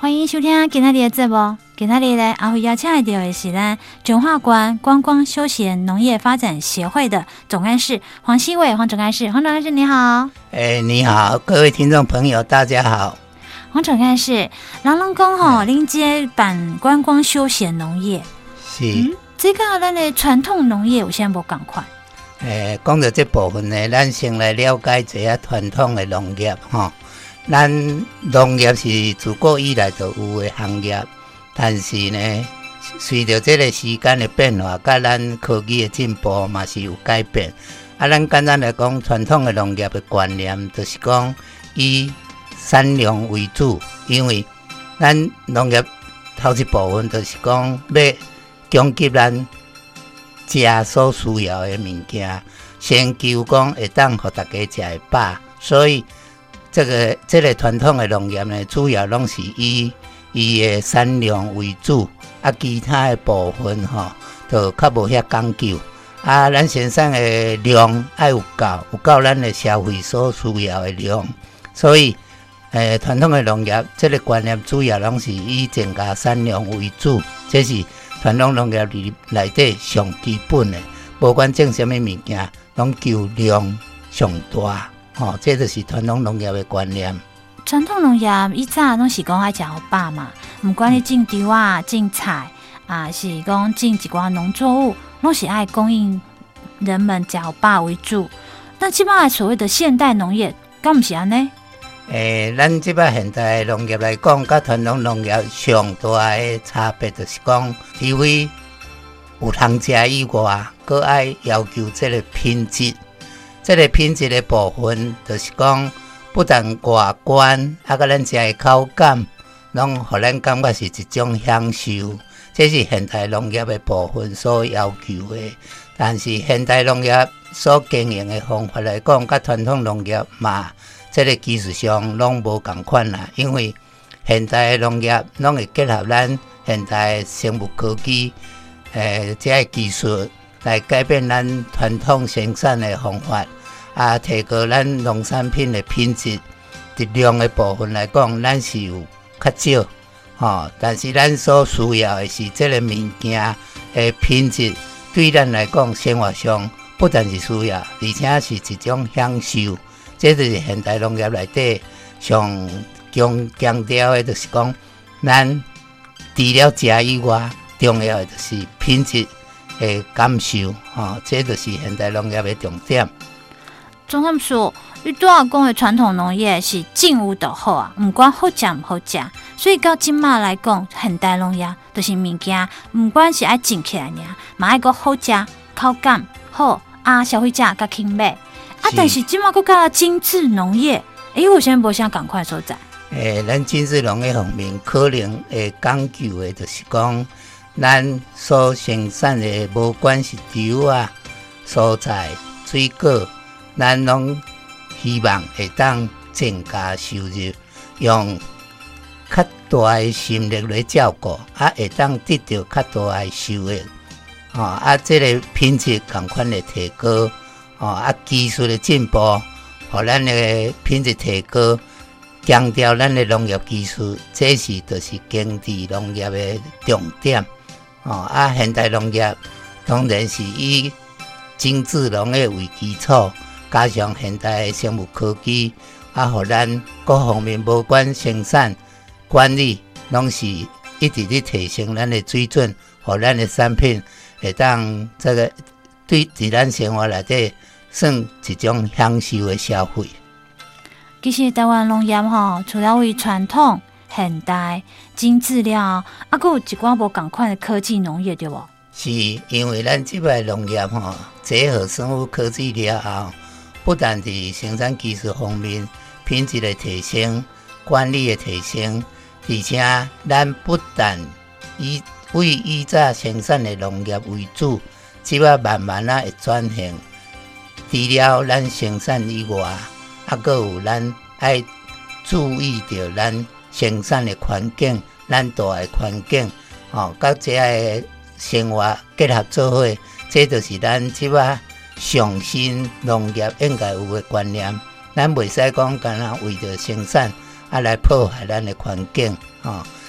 欢迎收听今天的节目。今天呢，阿辉邀请到的是咱中华关观光休闲农业发展协会的总干事黄希伟，黄总干事，黄总干事你好。 你好，各位听众朋友，大家好。 黄总干事，人讲吼，恁这办观光休闲农业是， 这个咱的传统农业有啥无共款？ 讲到这部分呢，咱先来了解一下传统的农业吼。咱农业是自古以来就有的行业，但是呢，随着这个时间的变化，甲咱科技的进步嘛是有改变。咱简单来讲，传统的农业的观念就是讲以产量为主，因为咱农业头一部分就是讲要供给咱食所需要的物件，先求讲会当互大家食会饱，所以这个传统的农业呢，主要拢是以伊的产量为主，其他的部分就较无遐讲究。咱生产的量要有够咱的消费所需要的量，所以传统的农业这个观念主要拢是以增加产量为主，这是传统农业内底上基本的，无管种什么物件，拢求量上大。这就是传统农业的观念。 传统农业以前拢是讲爱食好饱嘛，不管你种稻啊、种菜啊，是讲种一寡农作物，拢是爱供应人们食好饱为主。那即摆所谓的现代农业，敢毋是安尼？ 咱即摆现代农业来讲，甲传统农业上大的差别就是讲，除非有通食以外，佮爱要求这个品质。这个品质的部分，就是讲，不但外观，甲咱食的口感，拢互咱感觉是一种享受。这是现代农业的部分所要求的。但是现代农业所经营的方法来讲，甲传统农业嘛，这个技术上拢无同款啦。因为现代的农业拢会结合咱现代的生物科技，这个技术来改变咱传统生产的方法。提高咱农产品的品质、质量的部分来讲，咱是有较少，但是咱所需要的是这个物件的品质，对咱来讲，生活上不但是需要，而且是一种享受。这就是现代农业内底上强调的，就是讲，咱除了食以外，重要的就是品质的感受，这就是现代农业的重点。 总干事，你拄仔讲的传统农业是种有就好啊，不管好食唔好食。所以到今仔来讲，现代农业就是物件，不管是爱种起来尔，嘛爱个好食、口感好消费者甲肯买。但是今仔佫加精致农业，有啥无啥共款所在？ 咱精致农业方面可能会讲究的，就是讲咱所生产的，无管是稻啊、蔬菜、水果。咱拢希望会当增加收入，用较大的心力来照顾，会当得到较大的收益。这个品质同款的提高，技术的进步，互咱的品质提高，强调咱的农业技术，这是就是经济农业的重点。现代农业当然是以精致农业为基础。加上现代的生物科技，互咱各方面无管生产管理，拢是一直在提升咱的水准，互咱的产品会当这个对在咱生活内底算一种享受的消费。 其实台湾农业除了为传统、现代、精致了，还有一寡无同款的科技农业，对无？ 是因为咱这摆农业结合生物科技了后。不但在生产技术方面品质的提升、管理的提升，而且咱不但以早生产的农业为主，即摆慢慢会转型。除了咱生产以外，还有咱爱注意到咱生产的环境、咱住的环境，甲这个生活结合做伙，这就是咱即摆上新农业应该有的观念。咱袂使讲干那为着生产来破坏咱的环境，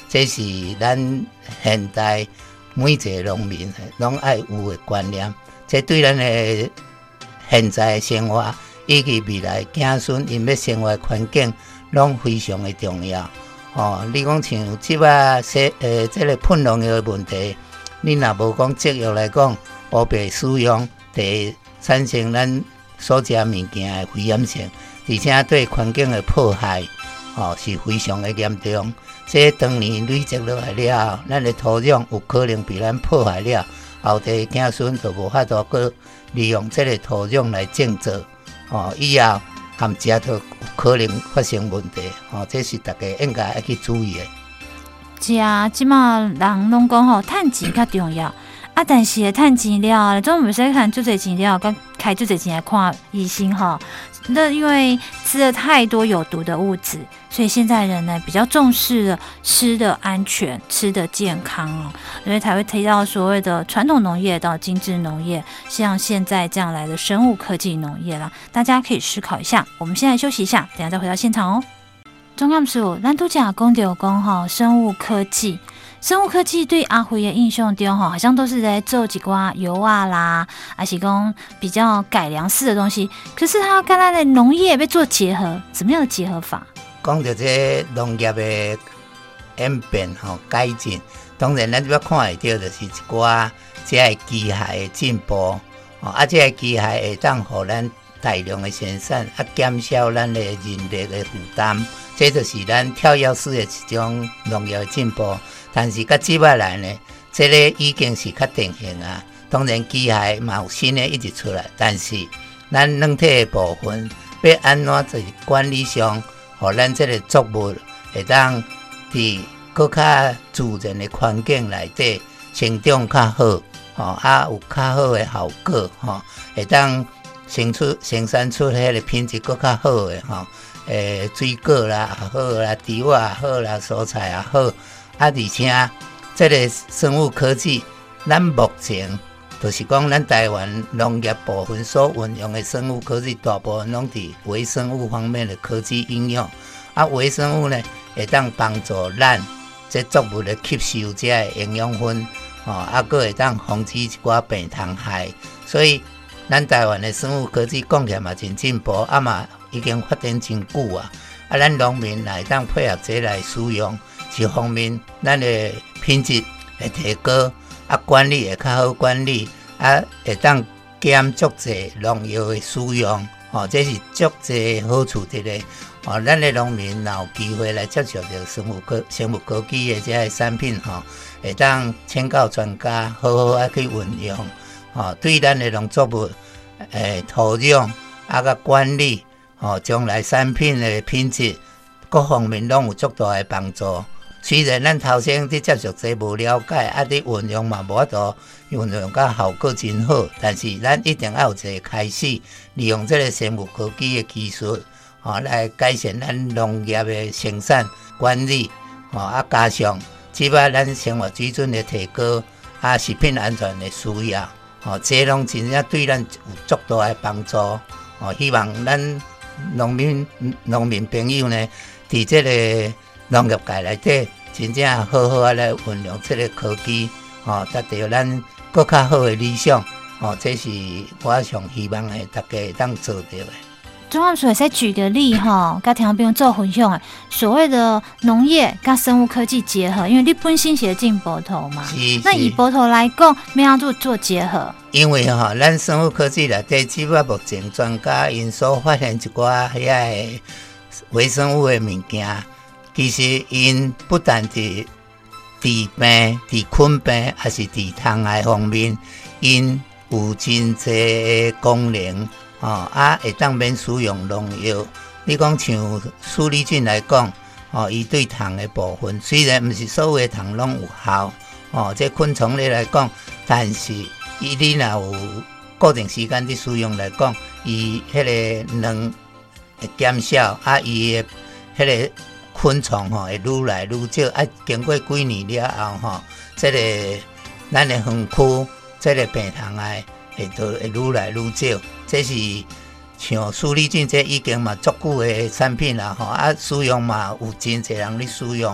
这是咱现代每一个农民拢爱有的观念，这对咱的现在的生活以及未来子孙因要生活环境拢非常的重要。你讲像即摆这个喷农药的问题，你若无讲节约来讲，乌白使用，第产生咱所食物件的危险性，而且对环境的破坏，是非常的严重。这当年累积落来了后，咱的土壤有可能被咱破坏了，后代子孙就无法度去利用这个土壤来种植，以后含食都有可能发生问题，这是大家应该要去注意的。 即马人拢讲趁钱较重要，但是趁钱了，总唔使看最侪钱了，跟开最侪钱来看医生那因为吃了太多有毒的物质，所以现在人呢比较重视了吃的安全、吃的健康所以才会提到所谓的传统农业到精致农业，像现在这样来的生物科技农业啦。大家可以思考一下。我们现在休息一下，等一下再回到现场哦。钟干事，咱都讲讲到生物科技。生物科技对阿辉的印象中好像都是在做几挂油啦，还是讲比较改良式的东西。可是它跟它的农业要做结合，怎么样的结合法？ 讲到这农业的演变改进，当然咱要看会到就是一挂这个机械的进步，这个机械会当互咱大量的生产，减少咱的人力的负担，这就是咱跳跃式的一种农业的进步。但是到即摆来呢，这个已经是较定型啊。当然机械嘛有新的一直出来，但是咱软体的部分要安怎在管理上，互咱这个作物会当伫更较自然的环境内底成长较好，有较好的效果，会当生产出迄个品质更较好的水果啦也好啦，猪仔也好啦，蔬菜也好。而且这个生物科技，咱目前就是讲咱台湾农业部分所运用的生物科技，大部分拢伫微生物方面的科技应用。微生物呢，会当帮助咱这作物的吸收这个营养分，还会当防止一寡病虫害。所以，咱台湾的生物科技讲起来嘛真进步，嘛已经发展真久啊。咱农民来当配合这来使用。一方面，咱的品质会提高，管理会较好管理，会当减足济农药的使用，这是足济好处伫咧。咱的农民若有机会来接触到生物科技的这些产品，会当请教专家，好好去运用，对咱的农作物土壤甲管理，将来产品的品质各方面拢有足大的帮助。虽然咱头先伫接触这无了解，伫运用嘛无法度运用甲效果真好，但是咱一定要有一个开始，利用这个生物科技的技术，来改善咱农业的生产管理，加上即摆咱生活水准的提高，食品安全的需要，这拢真正对咱有足大的帮助。希望咱农民朋友呢，伫这个农业界内底，真正好好来运用这个科技，达到咱更较好的理想，这是我上希望的，大家会当做到的。 钟汉水再举个例跟听众朋友做分享的，所谓的农业跟生物科技结合，因为你本身是进步头嘛，那以步头来讲，怎样做结合？ 因为咱生物科技内底，只不过目前专家因所发现一寡遐个微生物的物件。其实因不但伫治病、治菌病，还是治虫害方面，因有真济功能，会当免使用农药。你讲像苏力菌来讲，伊对虫的部分，虽然不是所有的虫拢有效，这昆虫类来讲，但是你若有固定时间的使用来讲，伊迄个能会减少，伊的迄个昆虫会愈来愈少，经过几年了后这个咱的园区，这个病虫害会愈来愈少。这是像苏力菌，这已经嘛足久的产品啦，使用嘛有真侪人咧使用，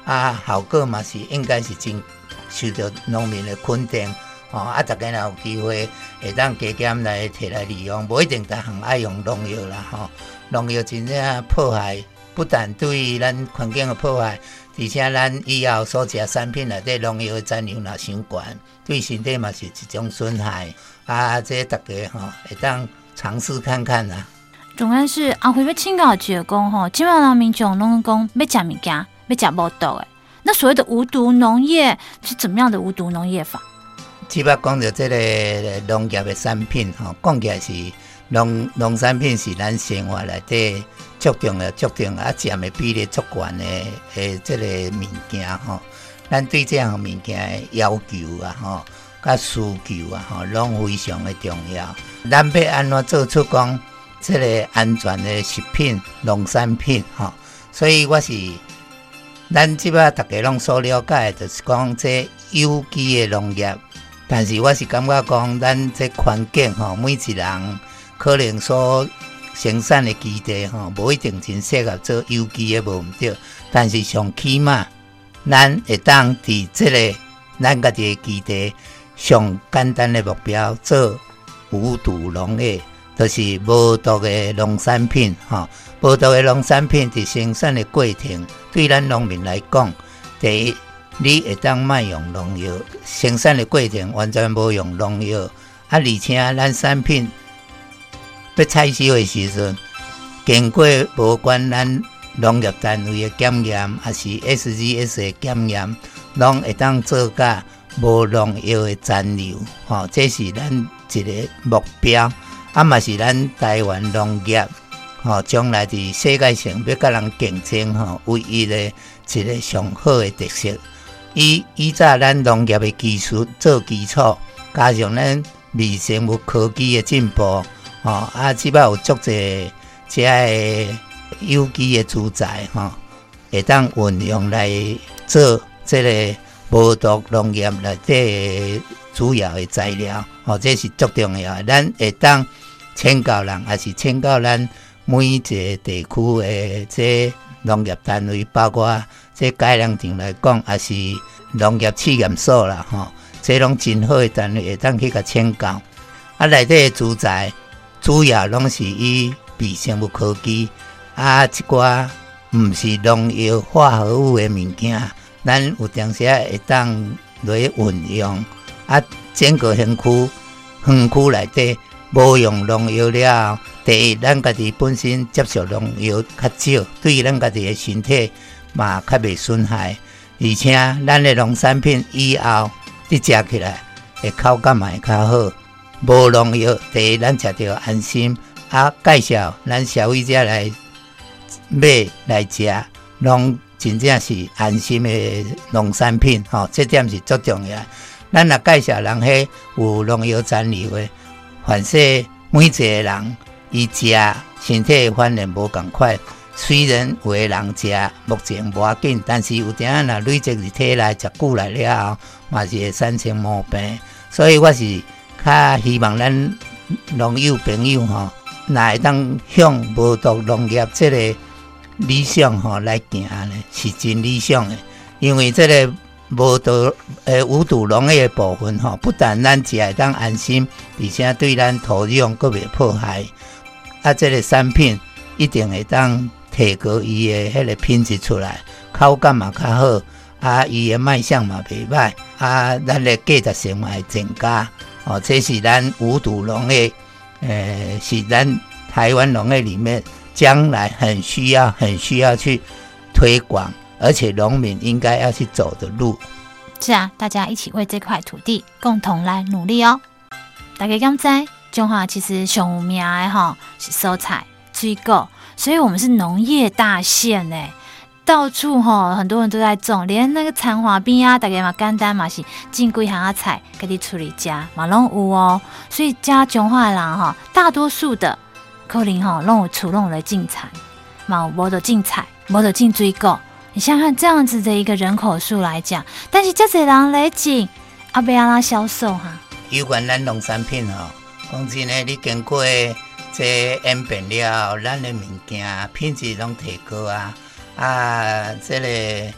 效果嘛是应该是真受到农民的肯定。大家若有机会会当加减来摕来利用，无一定逐项爱用农药啦农药真正破坏，不但对咱环境的破坏，而且咱以后所食产品内底农药的残留若伤悬，对身体嘛是一种损害。这大家会当尝试看看啦。 总干事阿辉要请教一个讲今晚人民众拢讲要食物件，要食无毒的，那所谓的无毒农业是怎么样的无毒农业法？ 即摆讲到这个农业的产品讲起来是农产品是咱生活内底足重要占的比例足悬的这个物件咱对这样物件的要求甲需求拢非常的重要。咱要安怎做出讲这个安全的食品农产品所以我是咱即摆大家拢所了解的，就是讲这有机的农业。但是我是感觉讲，咱这环境每一人可能所生产的基地无一定真适合做有机的，无毋对。但是上起码，咱会当伫这个咱家己的基地上简单的目标做无毒农业，就是无毒的农产品无毒的农产品伫生产的过程，对咱农民来讲，第一。你会当卖用农药，生产的过程完全无用农药，而且咱产品要采收的时阵，经过无管咱农业单位的检验，还是 SGS 的检验，拢会当做甲无农药的残留，这是咱一个目标，嘛是咱台湾农业将来伫世界上要甲人竞争唯一的一个上好的特色。以早咱农业的技术做基础，加上咱微生物科技的进步，即摆有足侪遮个有机的资材，会当运用来做这个无毒农业内底主要的材料，这是足重要的。咱会当请教人，还是请教咱每一个地区的这农业单位，包括这改良场来讲，也是农业试验所啦，这拢真好的单位会当去甲请教。内底的资材主要拢是以微生物科技，一寡毋是农药化合物的物件，咱有当时会当来运用。整个园区内底无用农药了后，第一，咱家己本身接受农药较少，对咱家己的身体嘛较袂损害，而且咱的农产品以后你食起来的口感嘛会较好，无农药。第一，咱食着安心。介绍咱消费者来买来食，拢真正是安心的农产品，这点是足重要。咱若介绍人迄有农药残留的，反正每一个人伊食身体反应无共款。虽然有的人食目前无要紧，但是有阵仔若累积伫体内食久来了后，嘛是会产生毛病。所以我是较希望咱农友朋友若会当向无毒农业这个理想来行呢，是真理想的。因为这个无毒农业的部分不但咱食会当安心，而且对咱土壤阁袂破坏。这个产品一定会当提高伊的迄个品质出来，口感嘛较好，伊的卖相嘛袂歹，咱的价值性嘛会增加。这是咱无毒农业，是咱台湾农业里面将来很需要去推广，而且农民应该要去走的路。 是啊，大家一起为这块土地共同来努力哦。大家敢知中华其实上有名的是蔬菜、水果，所以我们是农业大县诶，到处很多人都在种，连那个田花边大家嘛简单嘛是种几项菜，家己处理食嘛拢有哦。所以家中华的人大多数的可能拢有厝拢有来种菜，嘛有无得种菜，无得种水果。你想想这样子的一个人口数来讲，但是这些人来种，要怎么销售有关咱农产品讲真的，你经过这演变了后，咱的物件品质拢提高这个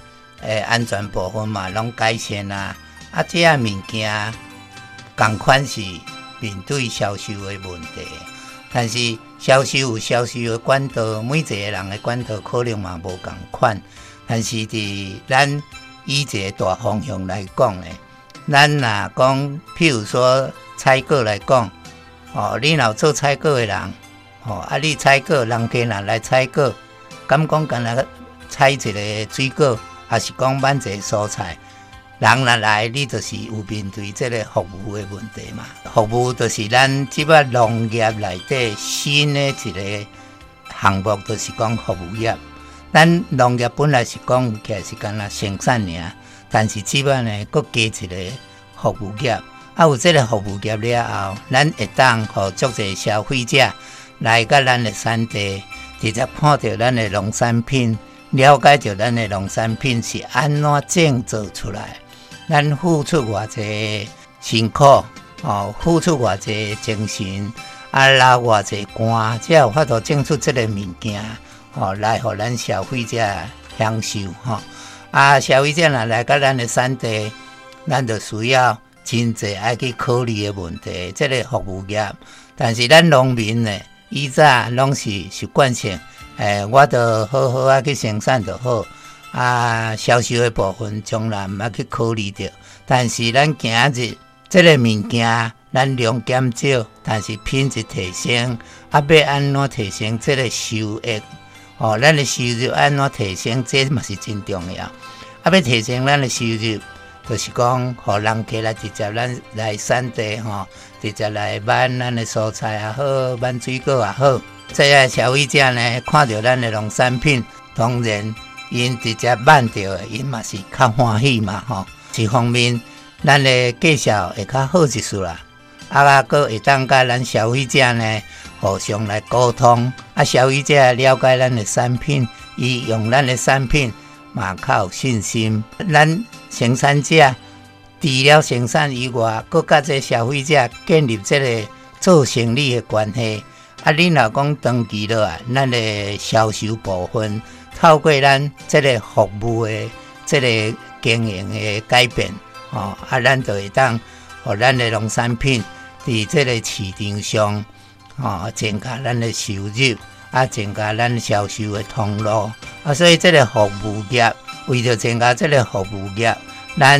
安全部分嘛，拢改善啊。这些物件，同款是面对销售的问题，但是销售有销售的管道，每一个人的管道可能嘛无同款。但是伫咱以一个大方向来讲呢，咱若讲，譬如说采购来讲，你若做采购的人，你采购人家若来采购，敢讲干那采一个水果，还是讲买一个蔬菜？人若来，你就是有面对这个服务的问题嘛。服务就是咱即摆农业内底新的一个项目，就是讲服务业。咱农业本来是讲起来是干那生产尔，但是即摆呢，佫加一个服务业。有这个服务业了后，咱会当互足侪消费者来到咱的产地，直接看到咱的农产品，了解到咱的农产品是安怎种做出来。咱付出偌济辛苦，付出偌济精神，流偌济汗，才有法度种出这个物件，来互咱消费者享受，消费者若来到咱的产地，咱就需要真济爱去考虑的问题，这个服务业。但是咱农民呢，以早拢是习惯性，我就好好啊去生产就好。销售的部分将来毋捌去考虑到，但是咱今日这个物件，咱量减少，但是品质提升，要安怎提升这个收益？咱的收入安怎提升？这嘛是真重要。要提升咱的收入，就是讲，互人客来直接咱来产地直接来买咱的蔬菜也好，买水果也好，这些消费者呢，看到咱的农产品，当然。因直接买到的，因嘛是较欢喜嘛一方面，咱的介绍会较好一丝啦，佫会当甲咱消费者呢互相来沟通，消费者了解咱的产品，伊用咱的产品嘛较有信心。咱生产者除了生产以外，佫甲这消费者建立这个做生意的关系。你若讲长期落来，咱的销售部分。透过咱这个服务的这个经营的改变，咱就会当和咱的农产品伫这个市场上，增加咱的收入，增加咱销售的通路，所以这个服务业为了增加这个服务业，咱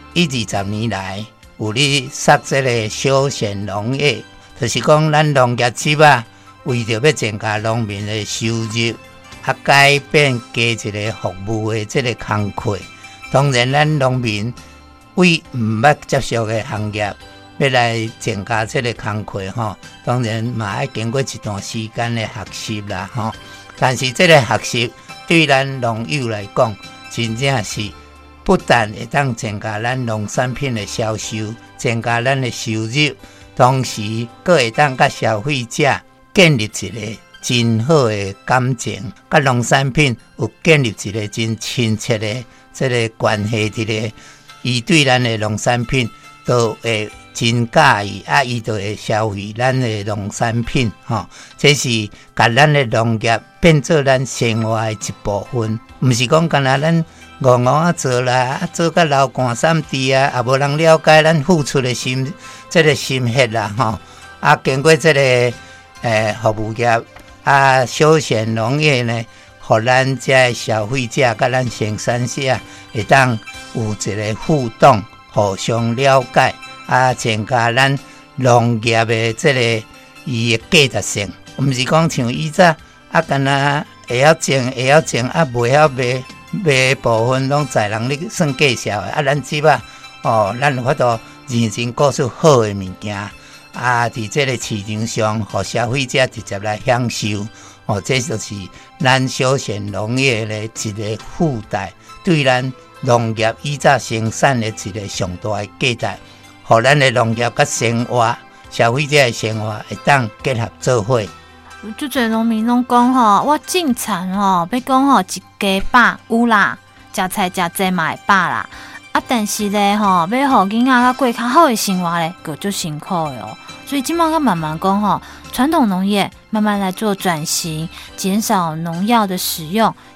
20年来有咧设这个休闲农业，就是讲咱农业即摆为了要增加农民的收入。改变加一个服务的这个工课，当然咱农民为毋捌接触的行业，要来增加这个工课当然嘛要经过一段时间的学习啦但是这个学习对咱农友来讲，真正是不但会当增加咱农产品的销售，增加咱的收入，同时佫会当甲消费者建立一个。真好的感情，甲农产品有建立一个真亲切的这个关系伫咧。伊对咱的农产品都会真介意，伊就会消费咱的农产品这是甲咱的农业变做咱生活的一部分，毋是讲干那咱戇做啦，做甲流汗散滴也无人了解咱付出的心，这个心血啦经过这个服务业。休闲农业呢，互咱这消费者甲咱生产者会当有一个互动，互相了解，增加咱农业的这个伊的价值性，毋是讲像以前干那会晓种，袂晓卖部分拢在人咧算介绍的，咱即摆咱有法度认真告诉好的物件。伫这个市场上，互消费者直接来享受，这就是咱休闲农业的一个附带，对咱农业以早生产的一个上大的价值，互咱的农业甲生活、消费者的生活会当结合做伙。 就侪农民拢讲我种田要讲一家饱有啦，食菜食济嘛会饱啦。但是咧要互囡仔较过较好的生活咧，个足辛苦的所以今麦要慢慢讲传统农业慢慢来做转型，减少农药的使用，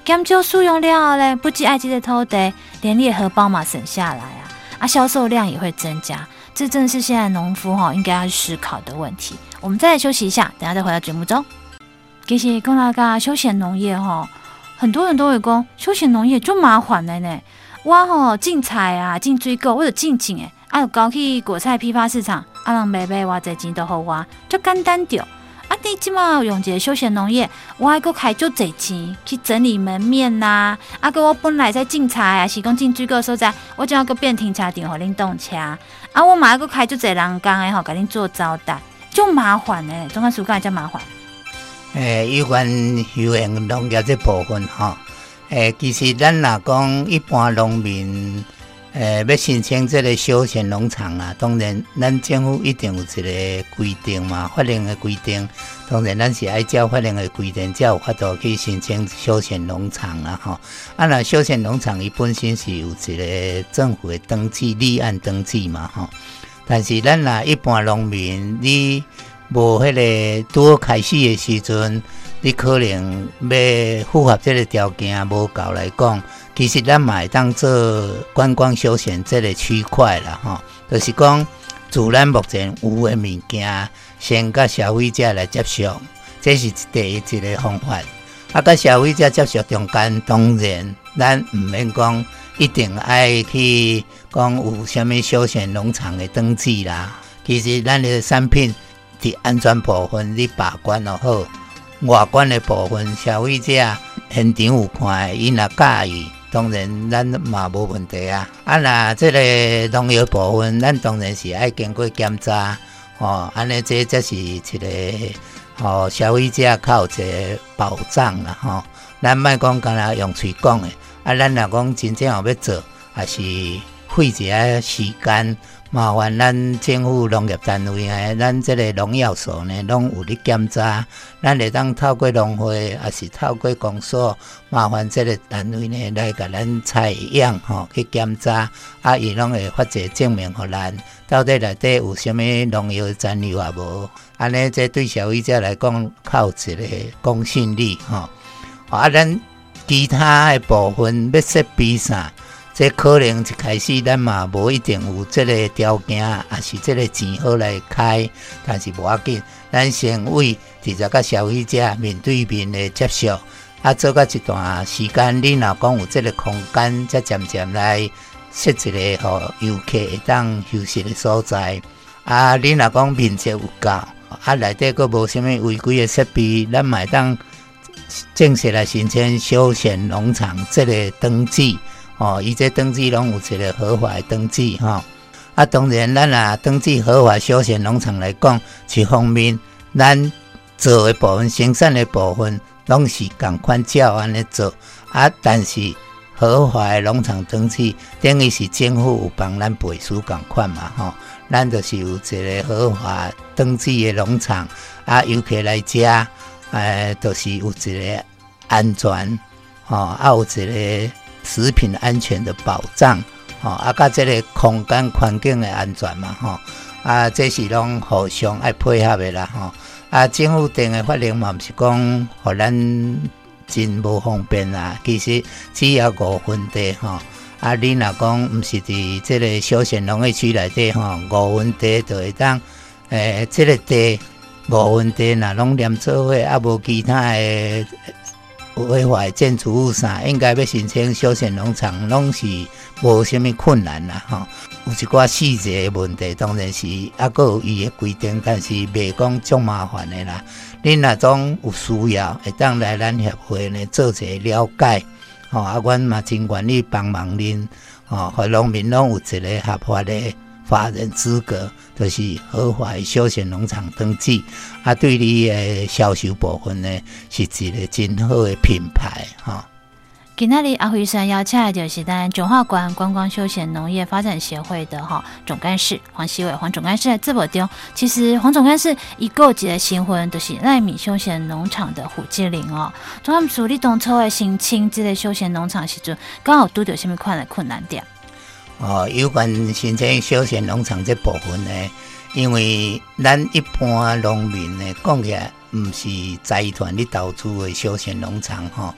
减少使用了后呢，不只爱这个土地，连你的荷包嘛省下来销售量也会增加。这正是现在农夫应该要去思考的问题。我们再来休息一下，等下再回到节目中。其实讲到休闲农业很多人都会讲休闲农业就麻烦了呢。我种菜种水果，我就种就交去果菜批发市场，人卖偌济钱都好我，就简单着。你即马用一个休闲农业，我还佫开足侪钱去整理门面呐，我本来在种菜是讲种水果所在，我就要佫变停车场互恁动车，我嘛还佫开足侪人工的甲恁做招待，就麻烦的，总干事干才麻烦。 有关休闲农业这部分其实咱若讲一般农民要申请这个休闲农场当然咱政府一定有一个规定嘛，法令的规定，当然咱是爱照法令的规定才有法度去申请休闲农场那休闲农场伊本身是有一个政府的登记立案登记嘛但是咱若一般农民你无迄个拄开始的时阵，你可能要符合这个条件无够来讲，其实咱嘛会当做观光休闲这个区块啦就是讲自咱目前有的物件，先甲消费者来接受，这是第一个方法。甲消费者接受中间，当然咱唔免讲一定爱去讲有啥物休闲农场的登记啦。其实咱的产品伫安全部分你把关就好，外观的部分消费者现场有看，伊若介意，当然咱嘛无问题若这个农药部分，咱当然是爱经过检查安尼这是一个消费者较有一个保障啦咱莫讲干那用嘴讲的咱若讲真正要做，也是费一下时间。麻烦咱政府农业单位咱这个农药所呢，拢有咧检查，咱会当透过农会，也是透过公所，麻烦这个单位呢来甲咱采样去检查，伊拢会发一个证明互咱，到底内底有啥物农药残留无？安尼这对消费者来讲，较有一个公信力咱其他的部分要设备啥？这可能一开始咱嘛无一定有这个条件，也是这个钱好来开，但是无要紧，咱先为直接甲消费者面对面的接触，做到一段时间，你若讲有这个空间，才渐渐来设一个游客会当休息的所在。你若讲面积有够，内底佫无啥物违规的设备，咱嘛会当正式来申请休闲农场这个登记。伊这登记拢有一个合法的登记当然咱登记合法休闲农场来讲，一方面咱做的部分、生产的部分拢是同款照安尼做但是合法的农场登记等于是政府有帮咱背书同款嘛咱就是有一个合法登记的农场游客来吃就是有一个安全有一个食品安全的保障甲这个空间环境的安全嘛这是拢互相爱配合的啦政府定的法令嘛，毋是讲互咱真无方便啦，其实只要5分地你若讲毋是伫这个休闲农业区内底5分地就会当这个地5分地若拢连做伙无其他的违法建筑物啥，应该要申请休闲农场，拢是无什么困难啦有一寡细节的问题，当然是还有伊的规定，但是袂讲足麻烦的啦。恁若种有需要，会当来咱协会呢做一个了解阮嘛真愿意帮忙恁互农民拢有一个合法的法人资格，就是合法的休闲农场登记对你的销售部分呢，是一个真好的品牌今仔日阿辉生邀请的就是咱中华关观光休闲农业发展协会的总干事黄希伟黄总干事在直播中。其实黄总干事一个一个新婚就是奈米休闲农场的虎基林总干事你当初的申请这个休闲农场时阵，刚好拄到什么款的困难点？ 有关申请休闲农场这部分呢，因为咱一般农民呢讲起来，不是财团咧投资的休闲农场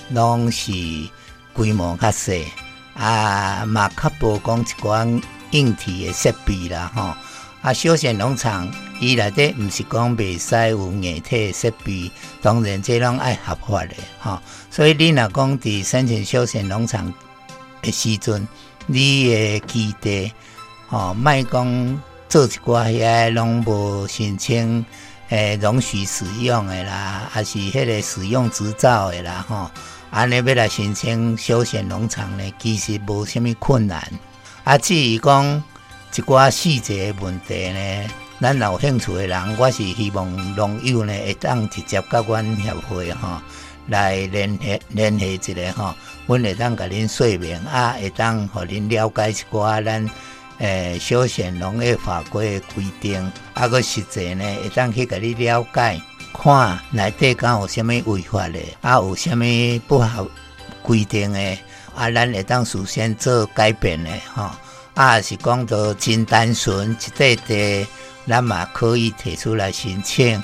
拢是规模较细，嘛较无讲一寡硬体的设备啦吼。休闲农场伊内底毋是讲袂使有硬体的设备，当然这拢爱合法的吼。所以你若讲伫申请休闲农场的时阵，你的基地莫讲做一寡遐拢无申请容许使用的啦，还是迄个使用执照的啦吼。安尼要来申请休闲农场呢，其实无什么困难。至于讲一寡细节的问题呢，咱有兴趣的人，我是希望农友呢会当直接甲阮协会来联系一下阮会当甲恁说明会当互恁了解一寡咱休闲农业法规的规定，个实际呢会当去甲你了解，看内底敢有啥物违法的，有啥物不好规定的，咱会当事先做改变的是讲到真单纯一块地，咱嘛可以提出来申请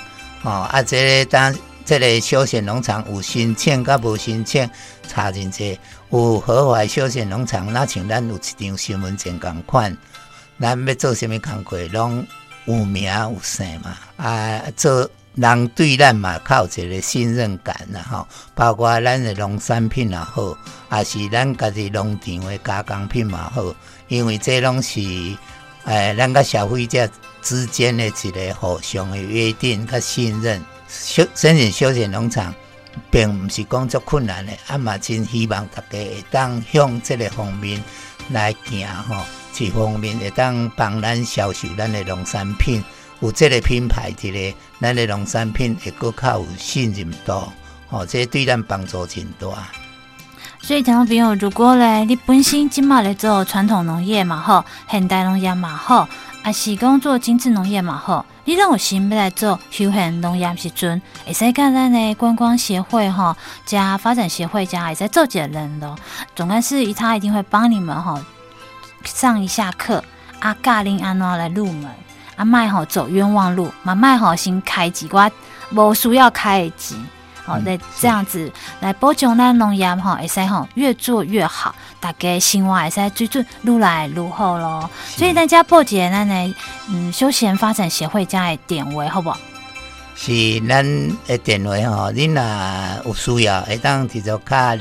这个休闲农场有申请甲无申请差真济。有合法休闲农场，那像咱有一张身份证同款，咱要做什么工作拢有名有姓嘛做人对咱嘛较有一个信任感啦包括咱的农产品也好，也是咱家己农场的加工品嘛好，因为这拢是咱甲消费者之间的一个互相的约定甲信任。申请休闲农场并不是工作困难的，嘛真希望大家会当向这个方面来行一方面会当帮咱销售咱的农产品，有这个品牌伫咧，咱的农产品会更较有信任度这对咱帮助真大。 所以听众朋友，如果咧你本身今嘛咧做传统农业嘛好，现代农业嘛好，还是讲做精致农业嘛好，你若有心要来做休闲农业时阵，会使甲咱的观光协会加发展协会加会使做一个人咯。总干事他一定会帮你们上一下课教恁安怎来入门莫走冤枉路，莫先开几寡无需要开的钱。来这样子来保障咱农业会使越做越好，大家生活会使水准愈来愈好咯。所以大家报一个咱的休闲发展协会家的电话好不好？ 是咱的电话恁若有需要会当直接卡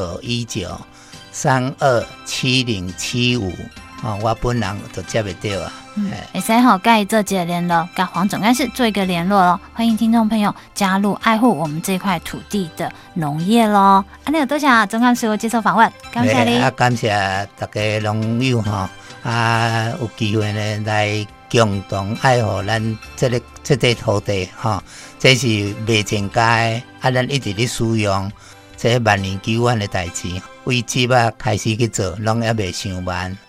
0919327075我本人就接得到会使甲伊做一个联络，甲黄总干事做一个联络咯。欢迎听众朋友加入爱护我们这块土地的农业咯。有多谢总干事接受访问，感谢你。 感谢大家农友有机会呢来共同爱护咱这块土地这是袂增加的咱一直咧使用，这万年久远的代志，为即开始去做，拢也袂伤慢。